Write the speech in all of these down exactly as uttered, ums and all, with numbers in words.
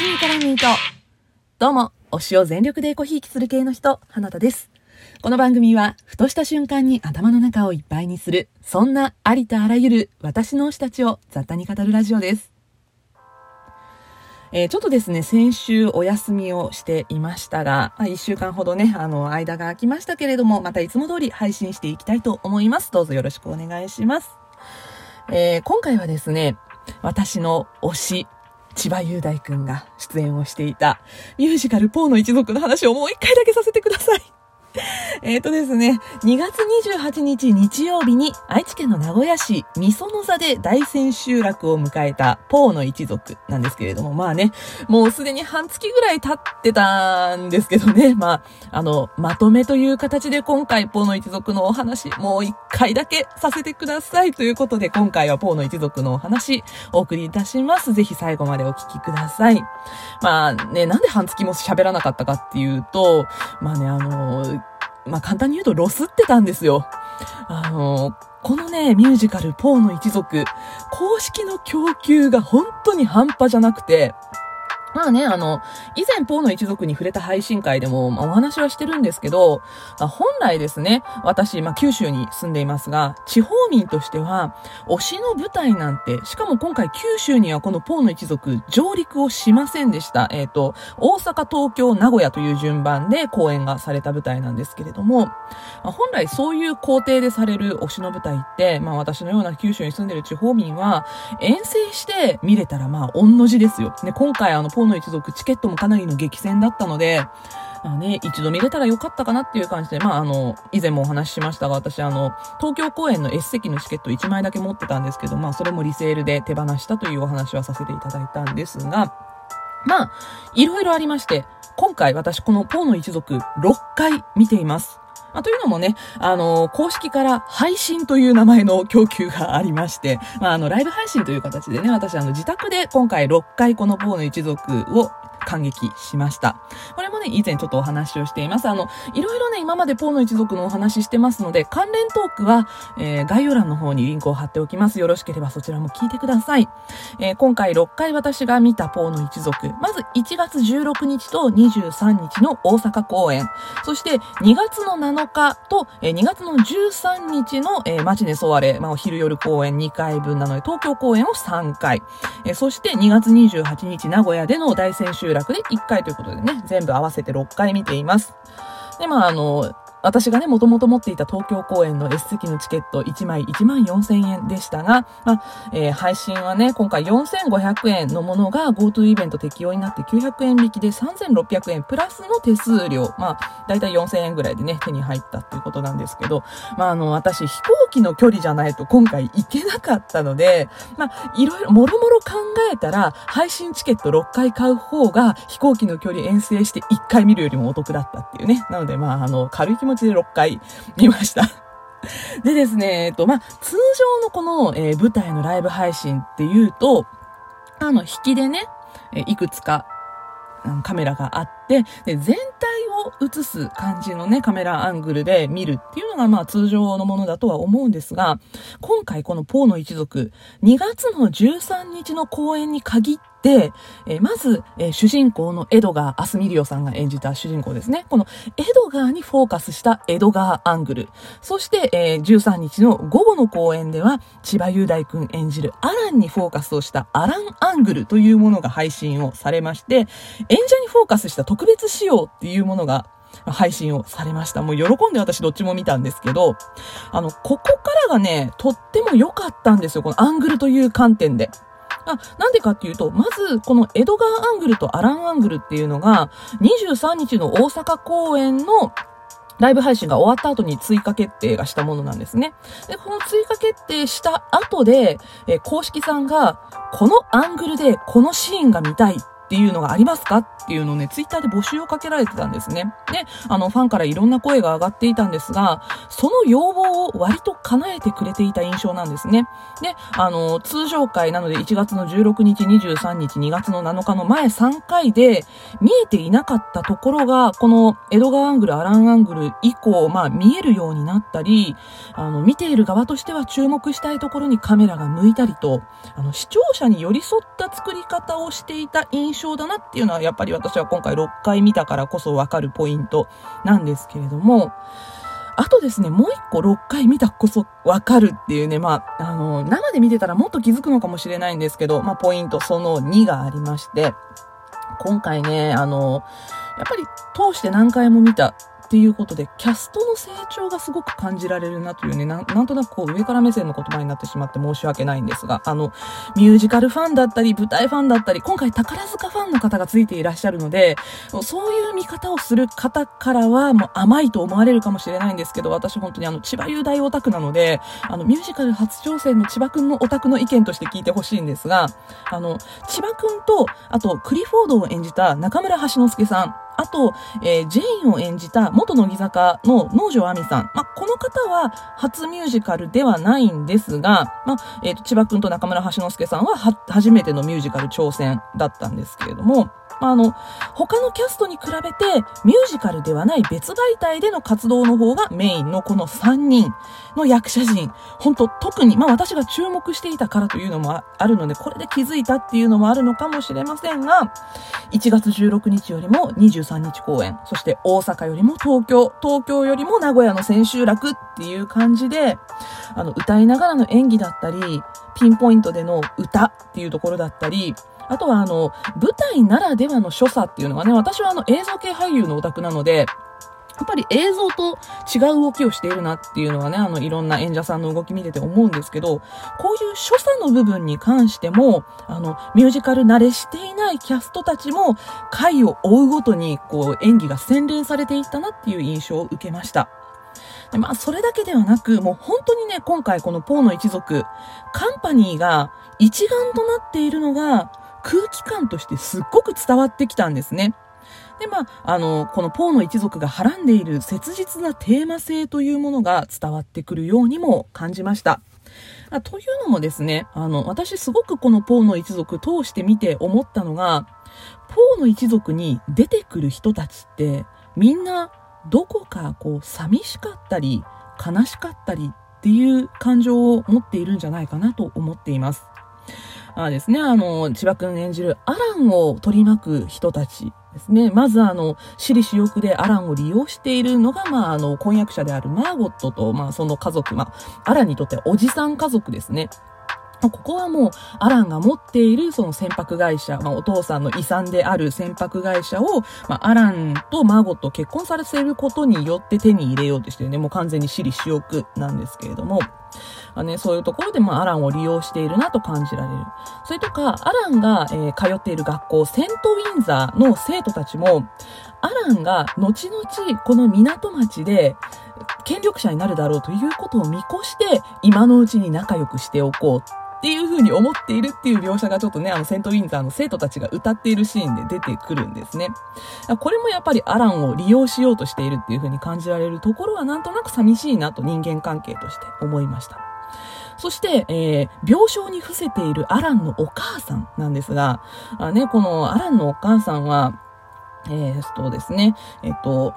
に絡む糸。どうも、推しを全力でエコひいきする系の人、花田です。この番組は、ふとした瞬間に頭の中をいっぱいにする、そんなありとあらゆる私の推したちを雑多に語るラジオです。えー、ちょっとですね、先週お休みをしていましたが、まあ、いっしゅうかんほどね、あの、間が空きましたけれども、またいつも通り配信していきたいと思います。どうぞよろしくお願いします。えー、今回はですね、私の推し、千葉雄大くんが出演をしていたミュージカルポーの一族の話をもう一回だけさせてください。えーとですね、にがつにじゅうはちにち日曜日に愛知県の名古屋市御園座で大千秋楽を迎えたポーの一族なんですけれども、まあね、もうすでに半月ぐらい経ってたんですけどね、まあ、あの、まとめという形で今回ポーの一族のお話、もう一回だけさせてくださいということで、今回はポーの一族のお話お送りいたします。ぜひ最後までお聞きください。まあね、なんで半月も喋らなかったかっていうと、まあね、あの、まあ、簡単に言うとロスってたんですよ。あの、このね、ミュージカルポーの一族、公式の供給が本当に半端じゃなくて、まあね、あの、以前ポーの一族に触れた配信会でも、まあ、お話はしてるんですけど、まあ、本来ですね、私、まあ、九州に住んでいますが、地方民としては、推しの舞台なんて、しかも今回九州にはこのポーの一族上陸をしませんでした。えっと、大阪、東京、名古屋という順番で公演がされた舞台なんですけれども、まあ、本来そういう工程でされる推しの舞台って、まあ私のような九州に住んでいる地方民は、遠征して見れたらまあ、御の字ですよ。ね、今回あの、ポーの一族チケットもかなりの激戦だったので、まあね、一度見れたらよかったかなっていう感じで、まああの、以前もお話ししましたが、私あの、東京公演の S 席のチケットいちまいだけ持ってたんですけど、まあそれもリセールで手放したというお話はさせていただいたんですが、まあ、いろいろありまして、今回私このポーの一族ろっかい見ています。まあ、というのもね、あのー、公式から配信という名前の供給がありまして、まあ、あの、ライブ配信という形でね、私あの、自宅で今回ろっかいこのポーの一族を感激しました。これもね、以前ちょっとお話をしています。あの、いろいろね、今までポーの一族のお話してますので、関連トークは、えー、概要欄の方にリンクを貼っておきます。よろしければそちらも聞いてください。えー、今回ろっかい私が見たポーの一族。まずいちがつじゅうろくにちとにじゅうさんにちの大阪公演。そしてにがつのなのかと、えー、にがつのじゅうさんにちの、えー、マチネソワレ、まあ、お昼夜公演にかいぶんなので、東京公演をさんかい。えー、そしてにがつにじゅうはちにち名古屋での大千秋楽でいっかいということでね、全部合わせてろっかい見ています。で、まあ、あの、私がね、もともと持っていた東京公演の S 席のチケットいちまいいちまんよんせんえんでしたが、まあ、えー、配信はね、今回よんせんごひゃくえんのものが GoTo イベント適用になってきゅうひゃくえん引きでさんぜんろっぴゃくえんプラスの手数料。まあ、だいたいよんせんえんぐらいでね、手に入ったっていうことなんですけど、まあ、あの、私、飛行機の距離じゃないと今回行けなかったので、まあ、いろいろ、もろもろ考えたら、配信チケットろっかい買う方が飛行機の距離遠征していっかい見るよりもお得だったっていうね。なので、まあ、あの、軽い気持ちでろっかい見ました。でですね、えっと、まあ、通常のこの、えー、舞台のライブ配信っていうと、あの、引きでね、えー、いくつか、カメラがあって、で、全体を映す感じのね、カメラアングルで見るっていうのが、まあ、通常のものだとは思うんですが、今回このポーの一族、にがつのじゅうさんにちの公演に限って、で、えー、まず、えー、主人公のエドガー・アスミリオさんが演じた主人公ですね。このエドガーにフォーカスしたエドガーアングル。そして、えー、じゅうさんにちの午後の公演では、千葉雄大くん演じるアランにフォーカスをしたアランアングルというものが配信をされまして、演者にフォーカスした特別仕様っていうものが配信をされました。もう喜んで私どっちも見たんですけど、あの、ここからがね、とっても良かったんですよ。このアングルという観点で。あ、なんでかっていうと、まず、このエドガーアングルとアランアングルっていうのが、にじゅうさんにちの大阪公演のライブ配信が終わった後に追加決定がしたものなんですね。で、この追加決定した後で、えー、公式さんが、このアングルでこのシーンが見たいっていうのがありますかっていうのをね、ツイッターで募集をかけられてたんですね。で、あの、ファンからいろんな声が上がっていたんですが、その要望を割と叶えてくれていた印象なんですね。で、あの、通常回なのでいちがつのじゅうろくにち、にじゅうさんにち、にがつのなのかの前さんかいで見えていなかったところが、このエドガーアングル、アランアングル以降、まあ見えるようになったり、あの、見ている側としては注目したいところにカメラが向いたりと、あの、視聴者に寄り添った作り方をしていた印象だなっていうのはやっぱり私は今回ろっかい見たからこそわかるポイントなんですけれども、あとですね、もう一個ろっかい見たこそわかるっていうね、まあ、あの、生で見てたらもっと気づくのかもしれないんですけど、まあ、ポイントそのにがありまして、今回ね、あの、やっぱり通して何回も見たっていうことで、キャストの成長がすごく感じられるなというね、な、なんとなくこう上から目線の言葉になってしまって申し訳ないんですが、あの、ミュージカルファンだったり、舞台ファンだったり、今回宝塚ファンの方がついていらっしゃるので、そういう見方をする方からはもう甘いと思われるかもしれないんですけど、私本当にあの、千葉雄大オタクなので、あの、ミュージカル初挑戦の千葉くんのオタクの意見として聞いてほしいんですが、あの、千葉くんと、あと、クリフォードを演じた中村橋之助さん、あと、えー、ジェインを演じた元乃木坂の能條亜美さん。まあ、この方は初ミュージカルではないんですが、まあ、えっと、千葉くんと中村橋之助さんはは、初めてのミュージカル挑戦だったんですけれども、まあ、あの、他のキャストに比べてミュージカルではない別媒体での活動の方がメインのこのさんにんの役者陣、本当特に、まあ私が注目していたからというのもあるので、これで気づいたっていうのもあるのかもしれませんが、いちがつじゅうろくにちよりもにじゅうさんにち公演、そして大阪よりも東京、東京よりも名古屋の千秋楽っていう感じで、あの、歌いながらの演技だったり、ピンポイントでの歌っていうところだったり、あとはあの、舞台ならではの所作っていうのがね、私はあの映像系俳優のオタクなので、やっぱり映像と違う動きをしているなっていうのはね、あの、いろんな演者さんの動き見てて思うんですけど、こういう所作の部分に関しても、あの、ミュージカル慣れしていないキャストたちも、回を追うごとに、こう、演技が洗練されていったなっていう印象を受けました。でまあ、それだけではなく、もう本当にね、今回このポーの一族、カンパニーが一丸となっているのが、空気感としてすっごく伝わってきたんですね。で、まあ、あの、このポーの一族がはらんでいる切実なテーマ性というものが伝わってくるようにも感じました。というのもですね、あの、私すごくこのポーの一族通して見て思ったのが、ポーの一族に出てくる人たちって、みんなどこかこう寂しかったり、悲しかったりっていう感情を持っているんじゃないかなと思っています。あですね、あの、千葉くん演じるアランを取り巻く人たちですね。まずあの、私利私欲でアランを利用しているのが、まあ、あの、婚約者であるマーゴットと、まあ、その家族、まあ、アランにとってはおじさん家族ですね。ここはもう、アランが持っているその船舶会社、まあ、お父さんの遺産である船舶会社を、まあ、アランとマーゴットを結婚させることによって手に入れようとしてね、もう完全に私利私欲なんですけれども、まあね、そういうところで、まあ、アランを利用しているなと感じられる。それとか、アランが、えー、通っている学校、セントウィンザーの生徒たちも、アランが後々この港町で権力者になるだろうということを見越して、今のうちに仲良くしておこうっていう風に思っているっていう描写がちょっとね、あのセントウィンザーの生徒たちが歌っているシーンで出てくるんですね。これもやっぱりアランを利用しようとしているっていう風に感じられるところはなんとなく寂しいなと人間関係として思いました。そして、えー、病床に伏せているアランのお母さんなんですが、あね、このアランのお母さんは、えー、っとですね、えっと、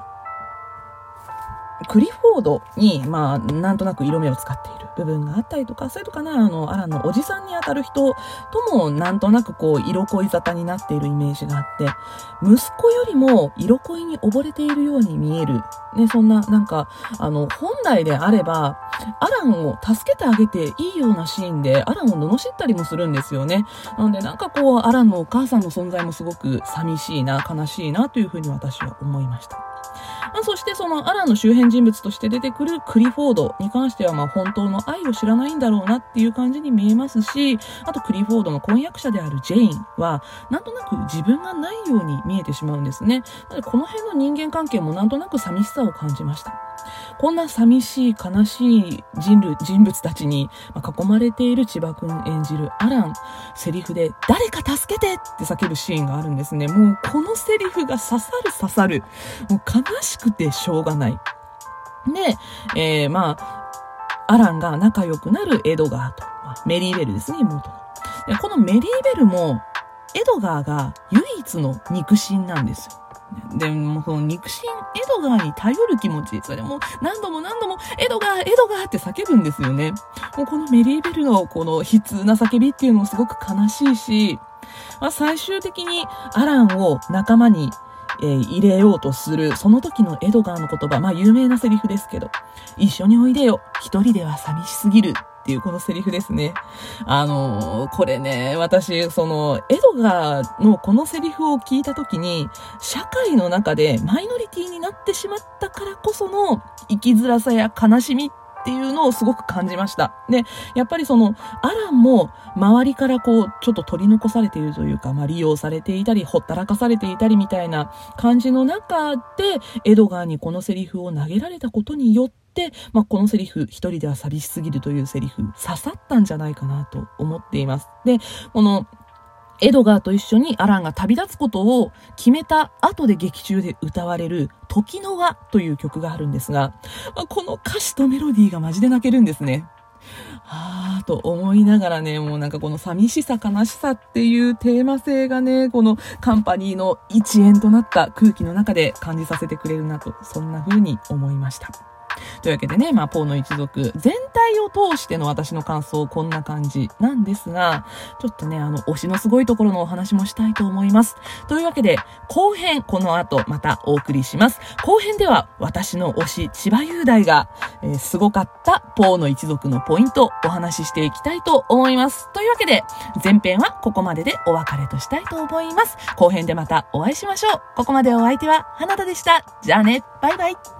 クリフォードに、まあ、なんとなく色目を使っている部分があったりとか、それとかね、あの、アランのおじさんにあたる人とも、なんとなくこう、色恋沙汰になっているイメージがあって、息子よりも色恋に溺れているように見える。ね、そんな、なんか、あの、本来であれば、アランを助けてあげていいようなシーンで、アランを罵ったりもするんですよね。なので、なんかこう、アランのお母さんの存在もすごく寂しいな、悲しいな、というふうに私は思いました。まあ、そしてそのアランの周辺人物として出てくるクリフォードに関してはまあ本当の愛を知らないんだろうなっていう感じに見えますし、あとクリフォードの婚約者であるジェインはなんとなく自分がないように見えてしまうんですね。なのでこの辺の人間関係もなんとなく寂しさを感じました。こんな寂しい悲しい人類、人物たちに囲まれている千葉くん演じるアラン、セリフで誰か助けてって叫ぶシーンがあるんですね。もうこのセリフが刺さる刺さる。もう悲しくてしょうがない。で、えー、まあ、アランが仲良くなるエドガーと、まあ、メリーベルですね、妹の。でこのメリーベルも、エドガーが唯一の肉親なんですよ。で、もうこの肉親エドガーに頼る気持ち、それも何度も何度もエドガー、エドガーって叫ぶんですよね。もうこのメリーベルのこの悲痛な叫びっていうのもすごく悲しいし、 まあ、最終的にアランを仲間に、えー、入れようとする、その時のエドガーの言葉、まあ有名なセリフですけど、一緒においでよ、一人では寂しすぎるっていうこのセリフですね。あのー、これね、私、その、エドガーのこのセリフを聞いた時に、社会の中でマイノリティになってしまったからこその生きづらさや悲しみっていうのをすごく感じました。で、やっぱりその、アランも周りからこう、ちょっと取り残されているというか、まあ利用されていたり、ほったらかされていたりみたいな感じの中で、エドガーにこのセリフを投げられたことによって、まあ、このセリフ、一人では寂しすぎるというセリフ、刺さったんじゃないかなと思っています。で、この、エドガーと一緒にアランが旅立つことを決めた後で劇中で歌われる時の輪という曲があるんですが、まあ、この歌詞とメロディーがマジで泣けるんですね。はぁーと思いながらね、もうなんかこの寂しさ悲しさっていうテーマ性がね、このカンパニーの一円となった空気の中で感じさせてくれるなと、そんな風に思いました。というわけでね、まあ、ポーの一族全体を通しての私の感想こんな感じなんですが、ちょっとね、あの、推しのすごいところのお話もしたいと思います。というわけで、後編、この後またお送りします。後編では、私の推し、千葉雄大が、えー、すごかったポーの一族のポイント、お話ししていきたいと思います。というわけで、前編はここまででお別れとしたいと思います。後編でまたお会いしましょう。ここまでお相手は、花田でした。じゃあね、バイバイ。